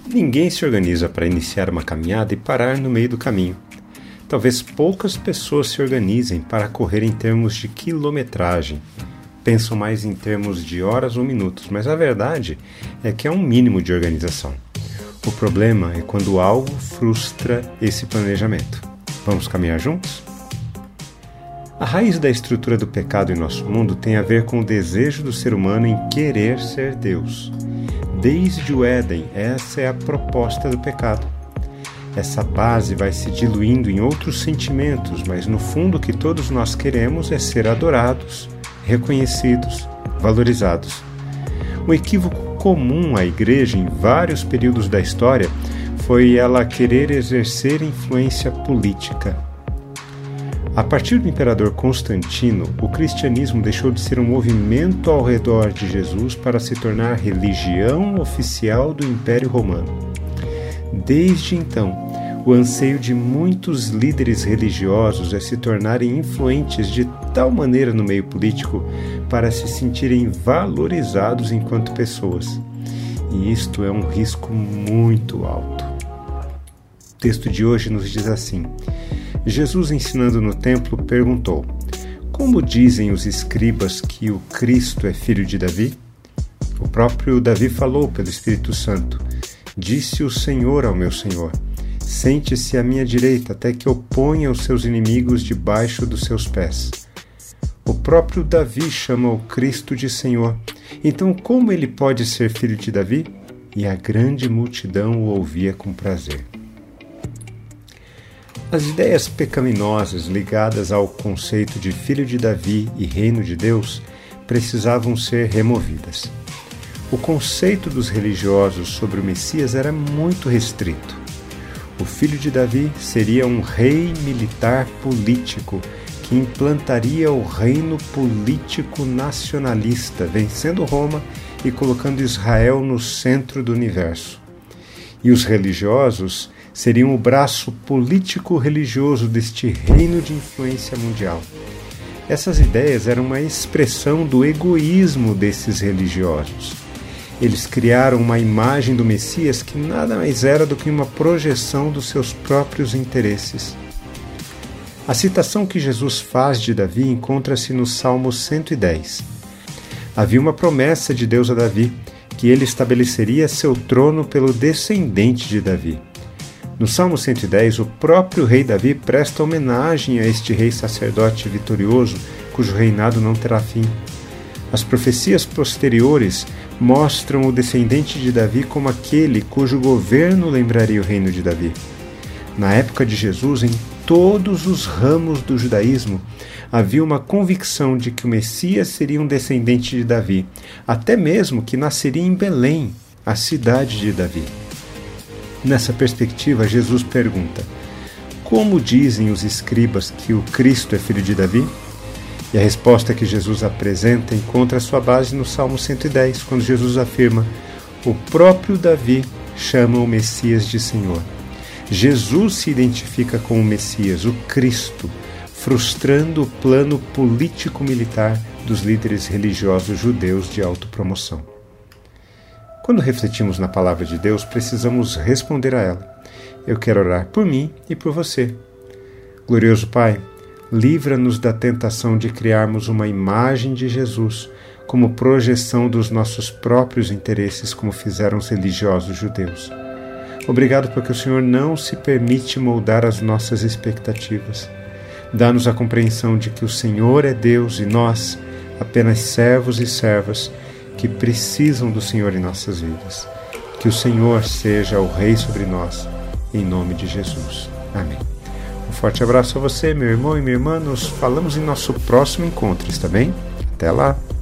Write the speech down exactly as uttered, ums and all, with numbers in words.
Ninguém se organiza para iniciar uma caminhada e parar no meio do caminho. Talvez poucas pessoas se organizem para correr em termos de quilometragem. Pensam mais em termos de horas ou minutos, mas a verdade é que há um mínimo de organização. O problema é quando algo frustra esse planejamento. Vamos caminhar juntos? A raiz da estrutura do pecado em nosso mundo tem a ver com o desejo do ser humano em querer ser Deus. Desde o Éden, essa é a proposta do pecado. Essa base vai se diluindo em outros sentimentos, mas no fundo o que todos nós queremos é ser adorados, reconhecidos, valorizados. Um equívoco comum à igreja em vários períodos da história foi ela querer exercer influência política. A partir do imperador Constantino, o cristianismo deixou de ser um movimento ao redor de Jesus para se tornar religião oficial do Império Romano. Desde então, o anseio de muitos líderes religiosos é se tornarem influentes de tal maneira no meio político para se sentirem valorizados enquanto pessoas. E isto é um risco muito alto. O texto de hoje nos diz assim: Jesus, ensinando no templo, perguntou: como dizem os escribas que o Cristo é filho de Davi? O próprio Davi falou pelo Espírito Santo: disse o Senhor ao meu Senhor: sente-se à minha direita até que eu ponha os seus inimigos debaixo dos seus pés. O próprio Davi chama o Cristo de Senhor. Então, como ele pode ser filho de Davi? E a grande multidão o ouvia com prazer. As ideias pecaminosas ligadas ao conceito de filho de Davi e reino de Deus precisavam ser removidas. O conceito dos religiosos sobre o Messias era muito restrito. O filho de Davi seria um rei militar político que implantaria o reino político nacionalista, vencendo Roma e colocando Israel no centro do universo. E os religiosos seriam o braço político-religioso deste reino de influência mundial. Essas ideias eram uma expressão do egoísmo desses religiosos. Eles criaram uma imagem do Messias que nada mais era do que uma projeção dos seus próprios interesses. A citação que Jesus faz de Davi encontra-se no Salmo cento e dez. Havia uma promessa de Deus a Davi, que ele estabeleceria seu trono pelo descendente de Davi. No Salmo cento e dez, o próprio rei Davi presta homenagem a este rei sacerdote vitorioso, cujo reinado não terá fim. As profecias posteriores mostram o descendente de Davi como aquele cujo governo lembraria o reino de Davi. Na época de Jesus, em todos os ramos do judaísmo, havia uma convicção de que o Messias seria um descendente de Davi, até mesmo que nasceria em Belém, a cidade de Davi. Nessa perspectiva, Jesus pergunta: como dizem os escribas que o Cristo é filho de Davi? E a resposta que Jesus apresenta encontra sua base no Salmo cento e dez, quando Jesus afirma: o próprio Davi chama o Messias de Senhor. Jesus se identifica com o Messias, o Cristo, frustrando o plano político-militar dos líderes religiosos judeus de autopromoção. Quando refletimos na palavra de Deus, precisamos responder a ela. Eu quero orar por mim e por você. Glorioso Pai, livra-nos da tentação de criarmos uma imagem de Jesus como projeção dos nossos próprios interesses, como fizeram os religiosos judeus. Obrigado porque o Senhor não se permite moldar as nossas expectativas. Dá-nos a compreensão de que o Senhor é Deus e nós, apenas servos e servas, que precisam do Senhor em nossas vidas. Que o Senhor seja o Rei sobre nós, em nome de Jesus. Amém. Um forte abraço a você, meu irmão e minha irmã. Nos falamos em nosso próximo encontro, está bem? Até lá!